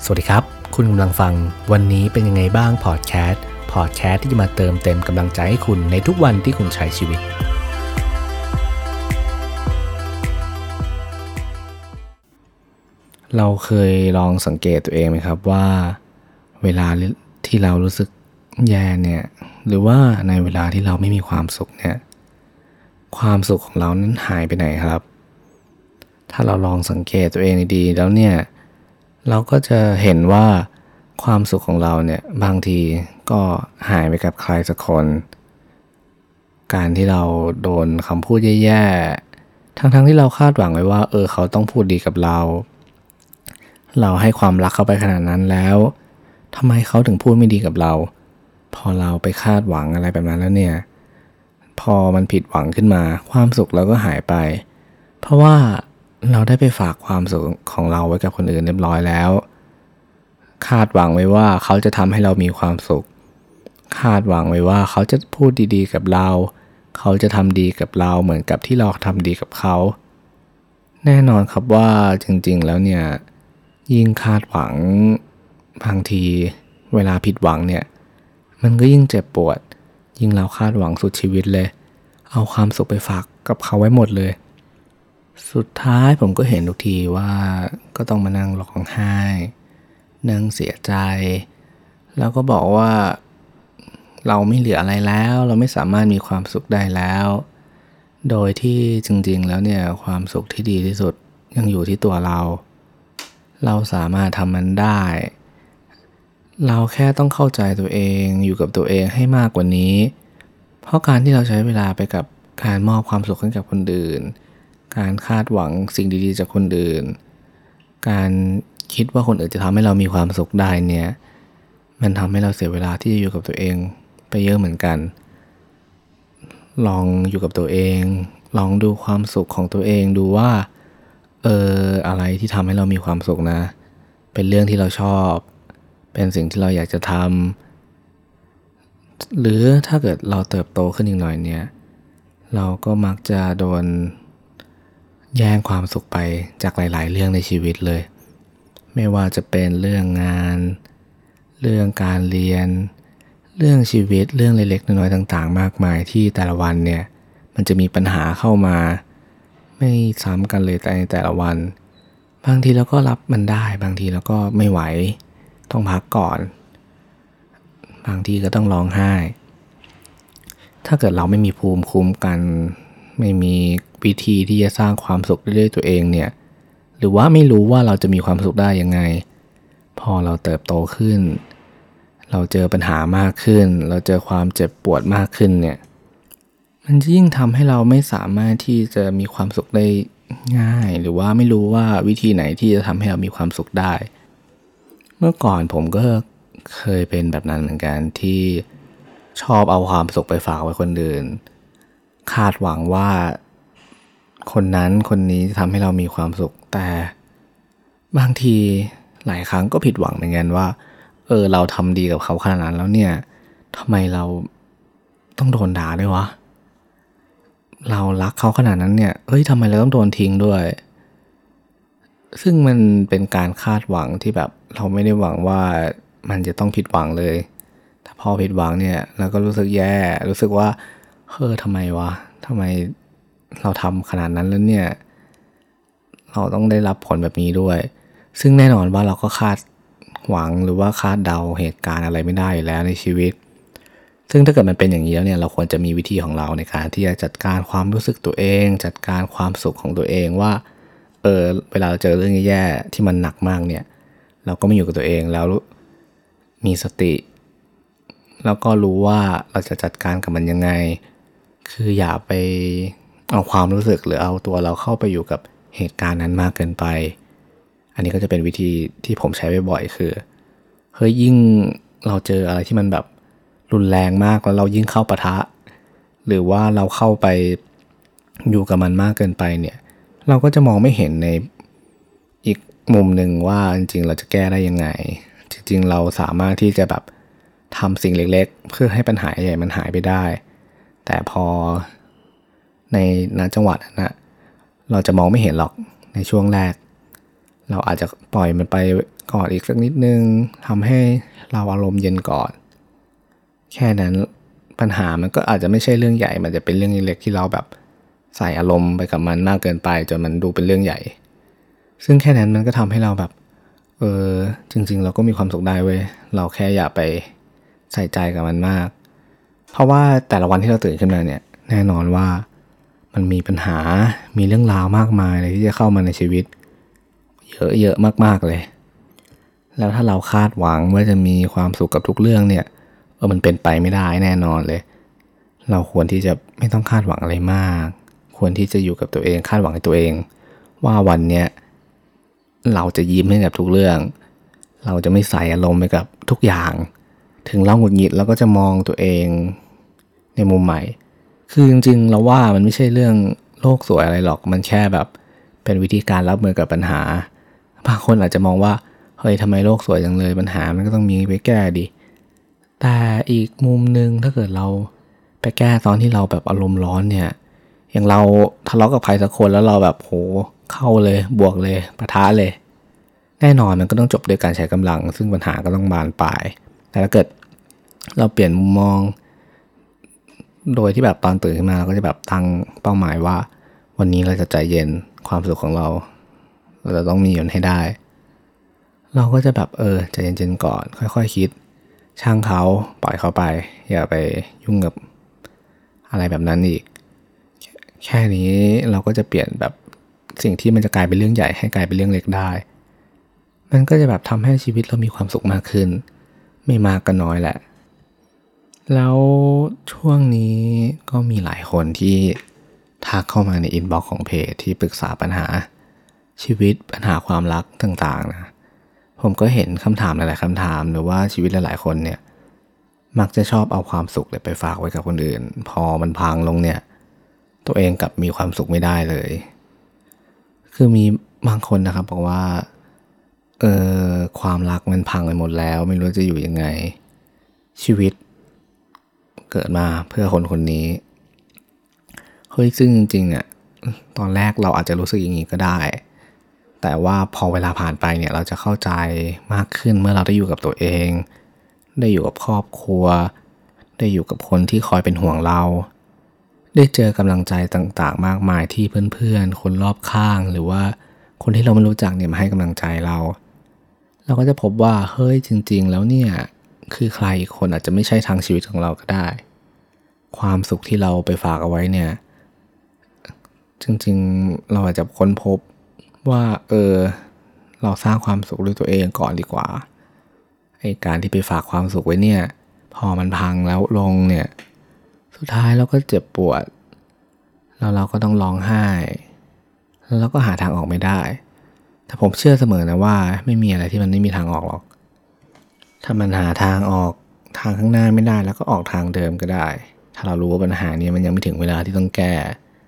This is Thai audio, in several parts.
สวัสดีครับคุณกำลังฟังวันนี้เป็นยังไงบ้างพอดแคสต์ที่จะมาเติมเต็มกำลังใจให้คุณในทุกวันที่คุณใช้ชีวิตเราเคยลองสังเกตตัวเองไหมครับว่าเวลาที่เรารู้สึกแย่เนี่ยหรือว่าในเวลาที่เราไม่มีความสุขเนี่ยความสุขของเรานั้นหายไปไหนครับถ้าเราลองสังเกตตัวเองดีๆแล้วเนี่ยเราก็จะเห็นว่าความสุขของเราเนี่ยบางทีก็หายไปกับใครสักคนการที่เราโดนคำพูดแย่ๆทั้งที่เราคาดหวังไว้ว่าเขาต้องพูดดีกับเราให้ความรักเขาไปขนาดนั้นแล้วทำไมเขาถึงพูดไม่ดีกับเราพอเราไปคาดหวังอะไรแบบนั้นแล้วเนี่ยพอมันผิดหวังขึ้นมาความสุขเราก็หายไปเพราะว่าเราได้ไปฝากความสุขของเราไว้กับคนอื่นเรียบร้อยแล้วคาดหวังไว้ว่าเขาจะทำให้เรามีความสุขคาดหวังไว้ว่าเขาจะพูดดีๆกับเราเขาจะทำดีกับเราเหมือนกับที่เราทำดีกับเขาแน่นอนครับว่าจริงๆแล้วเนี่ยยิ่งคาดหวังบางทีเวลาผิดหวังเนี่ยมันก็ยิ่งเจ็บปวดยิ่งเราคาดหวังสุดชีวิตเลยเอาความสุขไปฝากกับเขาไว้หมดเลยสุดท้ายผมก็เห็นทุกทีว่าก็ต้องมานั่งร้องไห้นั่งเสียใจแล้วก็บอกว่าเราไม่เหลืออะไรแล้วเราไม่สามารถมีความสุขได้แล้วโดยที่จริงๆแล้วเนี่ยความสุขที่ดีที่สุดยังอยู่ที่ตัวเราสามารถทำมันได้เราแค่ต้องเข้าใจตัวเองอยู่กับตัวเองให้มากกว่านี้เพราะการที่เราใช้เวลาไปกับการมอบความสุขให้กับคนอื่นการคาดหวังสิ่งดีๆจากคนอื่นการคิดว่าคนอื่นจะทำให้เรามีความสุขได้เนี่ยมันทำให้เราเสียเวลาที่จะอยู่กับตัวเองไปเยอะเหมือนกันลองอยู่กับตัวเองลองดูความสุขของตัวเองดูว่าอะไรที่ทำให้เรามีความสุขนะเป็นเรื่องที่เราชอบเป็นสิ่งที่เราอยากจะทำหรือถ้าเกิดเราเติบโตขึ้นอีกหน่อยเนี่ยเราก็มักจะโดนแย่งความสุขไปจากหลายๆเรื่องในชีวิตเลยไม่ว่าจะเป็นเรื่องงานเรื่องการเรียนเรื่องชีวิตเรื่องเล็กๆน้อยๆต่างๆมากมายที่แต่ละวันเนี่ยมันจะมีปัญหาเข้ามาไม่ซ้ำกันเลยแต่ละวันบางทีเราก็รับมันได้บางทีเราก็ไม่ไหวต้องพักก่อนบางทีก็ต้องร้องไห้ถ้าเกิดเราไม่มีภูมิคุ้มกันไม่มีวิธีที่จะสร้างความสุขด้วยตัวเองเนี่ยหรือว่าไม่รู้ว่าเราจะมีความสุขได้ยังไงพอเราเติบโตขึ้นเราเจอปัญหามากขึ้นเราเจอความเจ็บปวดมากขึ้นเนี่ยมันจะยิ่งทำให้เราไม่สามารถที่จะมีความสุขได้ง่ายหรือว่าไม่รู้ว่าวิธีไหนที่จะทำให้เรามีความสุขได้เมื่อก่อนผมก็เคยเป็นแบบนั้นเหมือนกันที่ชอบเอาความสุขไปฝากไว้คนอื่นคาดหวังว่าคนนั้นคนนี้จะทำให้เรามีความสุขแต่บางทีหลายครั้งก็ผิดหวังเหมือนกันว่าเราทำดีกับเขาขนาดนั้นแล้วเนี่ยทำไมเราต้องโดนด่าด้วยวะเรารักเขาขนาดนั้นเนี่ยทำไมเราต้องโดนทิ้งด้วยซึ่งมันเป็นการคาดหวังที่แบบเราไม่ได้หวังว่ามันจะต้องผิดหวังเลยแต่พอผิดหวังเนี่ยเราก็รู้สึกแย่รู้สึกว่าทำไมวะทำไมเราทำขนาดนั้นแล้วเนี่ยเราต้องได้รับผลแบบนี้ด้วยซึ่งแน่นอนว่าเราก็คาดหวังหรือว่าคาดเดาเหตุการณ์อะไรไม่ได้อยู่แล้วในชีวิตซึ่งถ้าเกิดมันเป็นอย่างนี้แล้วเนี่ยเราควรจะมีวิธีของเราในการที่จะจัดการความรู้สึกตัวเองจัดการความสุขของตัวเองว่าเวลาเราเจอเรื่องแย่ๆที่มันหนักมากเนี่ยเราก็ไม่อยู่กับตัวเองแล้วมีสติแล้วก็รู้ว่าเราจะจัดการกับมันยังไงคืออย่าไปเอาความรู้สึกหรือเอาตัวเราเข้าไปอยู่กับเหตุการณ์นั้นมากเกินไปอันนี้ก็จะเป็นวิธีที่ผมใช้บ่อยๆคือยิ่งเราเจออะไรที่มันแบบรุนแรงมากแล้วเรายิ่งเข้าปะทะหรือว่าเราเข้าไปอยู่กับมันมากเกินไปเนี่ยเราก็จะมองไม่เห็นในอีกมุมหนึ่งว่าจริงๆเราจะแก้ได้ยังไงจริงๆเราสามารถที่จะแบบทำสิ่งเล็กๆเพื่อให้ปัญหาใหญ่มันหายไปได้แต่พอในจังหวะนั้นนะเราจะมองไม่เห็นหรอกในช่วงแรกเราอาจจะปล่อยมันไปกอดอีกสักนิดนึงทำให้เราอารมณ์เย็นก่อนแค่นั้นปัญหามันก็อาจจะไม่ใช่เรื่องใหญ่มันจะเป็นเรื่องเล็กๆที่เราแบบใส่อารมณ์ไปกับมันมากเกินไปจนมันดูเป็นเรื่องใหญ่ซึ่งแค่นั้นมันก็ทำให้เราแบบจริงๆเราก็มีความสุขได้เว้ยเราแค่อย่าไปใส่ใจกับมันมากเพราะว่าแต่ละวันที่เราตื่นขึ้นมาเนี่ยแน่นอนว่ามันมีปัญหามีเรื่องราวมากมายเลยที่จะเข้ามาในชีวิตเยอะๆมากๆเลยแล้วถ้าเราคาดหวังว่าจะมีความสุขกับทุกเรื่องเนี่ยมันเป็นไปไม่ได้แน่นอนเลยเราควรที่จะไม่ต้องคาดหวังอะไรมากควรที่จะอยู่กับตัวเองคาดหวังในตัวเองว่าวันเนี้ยเราจะยิ้มให้กับทุกเรื่องเราจะไม่ใส่อารมณ์ไปกับทุกอย่างถึงเราหงุดหงิดเราก็จะมองตัวเองในมุมใหม่คือจริงๆเราว่ามันไม่ใช่เรื่องโลกสวยอะไรหรอกมันแค่แบบเป็นวิธีการรับมือกับปัญหาบางคนอาจจะมองว่าเฮ้ยทำไมโลกสวยจังเลยปัญหามันก็ต้องมีไปแก้ดิแต่อีกมุมนึงถ้าเกิดเราไปแก้ตอนที่เราแบบอารมณ์ร้อนเนี่ยอย่างเราทะเลาะกับใครสักคนแล้วเราแบบโหเข้าเลยบวกเลยปะทะเลยแน่นอนมันก็ต้องจบด้วยการใช้กำลังซึ่งปัญหาก็ต้องบานปลายแต่ถ้าเกิดเราเปลี่ยนมุมมองโดยที่แบบตอนตื่นขึ้นมาเราก็จะแบบตั้งเป้าหมายว่าวันนี้เราจะใจเย็นความสุขของเราจะต้องมีอยู่ให้ได้เราก็จะแบบใจเย็นๆก่อนค่อยๆ คิดช่างเขาปล่อยเขาไปอย่าไปยุ่งกับอะไรแบบนั้นอีกแค่นี้เราก็จะเปลี่ยนแบบสิ่งที่มันจะกลายเป็นเรื่องใหญ่ให้กลายเป็นเรื่องเล็กได้มันก็จะแบบทำให้ชีวิตเรามีความสุขมากขึ้นไม่มากก็น้อยแหละแล้วช่วงนี้ก็มีหลายคนที่ทักเข้ามาในอินบ็อกซ์ของเพจที่ปรึกษาปัญหาชีวิตปัญหาความรักต่างๆนะผมก็เห็นคำถามหลายๆคำถามหรือว่าชีวิตหลายๆคนเนี่ยมักจะชอบเอาความสุขไปฝากไว้กับคนอื่นพอมันพังลงเนี่ยตัวเองกลับมีความสุขไม่ได้เลยคือมีบางคนนะครับบอกว่าความรักมันพังไปหมดแล้วไม่รู้จะอยู่ยังไงชีวิตเกิดมาเพื่อคนคนนี้เฮ้ยซึ่งจริงๆอ่ะตอนแรกเราอาจจะรู้สึกอย่างนี้ก็ได้แต่ว่าพอเวลาผ่านไปเนี่ยเราจะเข้าใจมากขึ้นเมื่อเราได้อยู่กับตัวเองได้อยู่กับครอบครัวได้อยู่กับคนที่คอยเป็นห่วงเราได้เจอกำลังใจต่างๆมากมายที่เพื่อนๆคนรอบข้างหรือว่าคนที่เราไม่รู้จักเนี่ยมาให้กำลังใจเราก็จะพบว่าเฮ้ยจริงๆแล้วเนี่ยคือใครอีกคนอาจจะไม่ใช่ทางชีวิตของเราก็ได้ความสุขที่เราไปฝากเอาไว้เนี่ยจริงๆเราอาจจะค้นพบว่าเราสร้างความสุขด้วยตัวเองก่อนดีกว่าไอ้การที่ไปฝากความสุขไว้เนี่ยพอมันพังแล้วลงเนี่ยสุดท้ายเราก็เจ็บปวดแล้วเราก็ต้องร้องไห้แล้วเราก็หาทางออกไม่ได้แต่ผมเชื่อเสมอนะว่าไม่มีอะไรที่มันไม่มีทางออกหรอกถ้ามันหาทางออกทางข้างหน้าไม่ได้แล้วก็ออกทางเดิมก็ได้ถ้าเรารู้ว่าปัญหานี้มันยังไม่ถึงเวลาที่ต้องแก้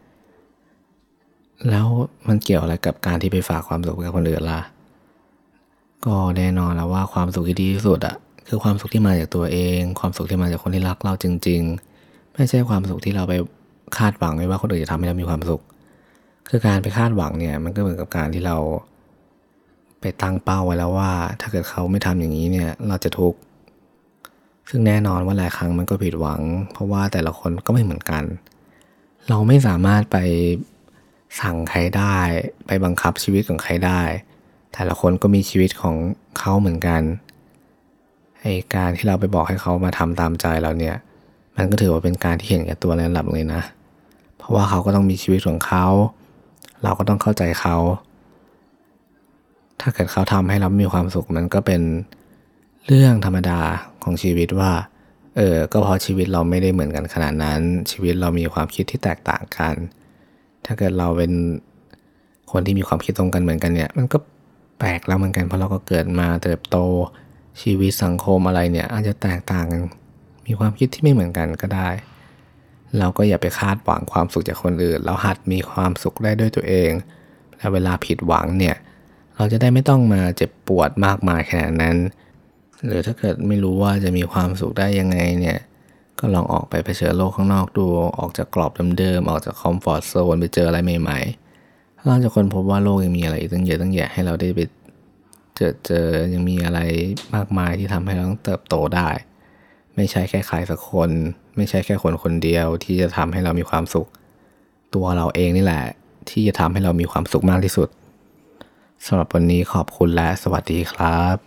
แล้วมันเกี่ยวอะไรกับการที่ไปฝากความสุขกับคนอื่นล่ะก็แน่นอนแล้วว่าความสุขที่ดีที่สุดคือความสุขที่มาจากตัวเองความสุขที่มาจากคนที่รักเราจริงๆไม่ใช่ความสุขที่เราไปคาดหวังไว้ว่าคนอื่นจะทำให้เรามีความสุขคือการไปคาดหวังเนี่ยมันก็เหมือนกับการที่เราไปตั้งเป้าไว้แล้วว่าถ้าเกิดเขาไม่ทำอย่างนี้เนี่ยเราจะทุกข์ซึ่งแน่นอนว่าหลายครั้งมันก็ผิดหวังเพราะว่าแต่ละคนก็ไม่เหมือนกันเราไม่สามารถไปสั่งใครได้ไปบังคับชีวิตของใครได้แต่ละคนก็มีชีวิตของเขาเหมือนกันไอ้การที่เราไปบอกให้เขามาทำตามใจเราเนี่ยมันก็ถือว่าเป็นการที่เห็นแก่ตัวในระดับเลยนะเพราะว่าเขาก็ต้องมีชีวิตของเขาเราก็ต้องเข้าใจเขาถ้าเกิดเขาทำให้เรามีความสุขมันก็เป็นเรื่องธรรมดาของชีวิตว่าก็เพราะชีวิตเราไม่ได้เหมือนกันขนาดนั้นชีวิตเรามีความคิดที่แตกต่างกันถ้าเกิดเราเป็นคนที่มีความคิดตรงกันเหมือนกันเนี่ยมันก็แปลกแล้วเหมือนกันเพราะเราก็เกิดมาเติบโตชีวิตสังคมอะไรเนี่ยอาจจะแตกต่างกันมีความคิดที่ไม่เหมือนกันก็ได้เราก็อย่าไปคาดหวังความสุขจากคนอื่นเราหัดมีความสุขได้ด้วยตัวเองแล้วเวลาผิดหวังเนี่ยเราจะได้ไม่ต้องมาเจ็บปวดมากมายขนาดนั้นหรือถ้าเกิดไม่รู้ว่าจะมีความสุขได้ยังไงเนี่ยก็ลองออกไปเผชิญโลกข้างนอกดูออกจากกรอบเดิมๆออกจากคอมฟอร์ตโซนไปเจออะไรใหม่ๆเราจะค้นพบว่าโลกยังมีอะไรตั้งเยอะตั้งแยะให้เราได้ไปเจอยังมีอะไรมากมายที่ทำให้เราต้องเติบโตได้ไม่ใช่แค่ใครสักคนไม่ใช่แค่คนคนเดียวที่จะทำให้เรามีความสุขตัวเราเองนี่แหละที่จะทำให้เรามีความสุขมากที่สุดสำหรับวันนี้ขอบคุณและสวัสดีครับ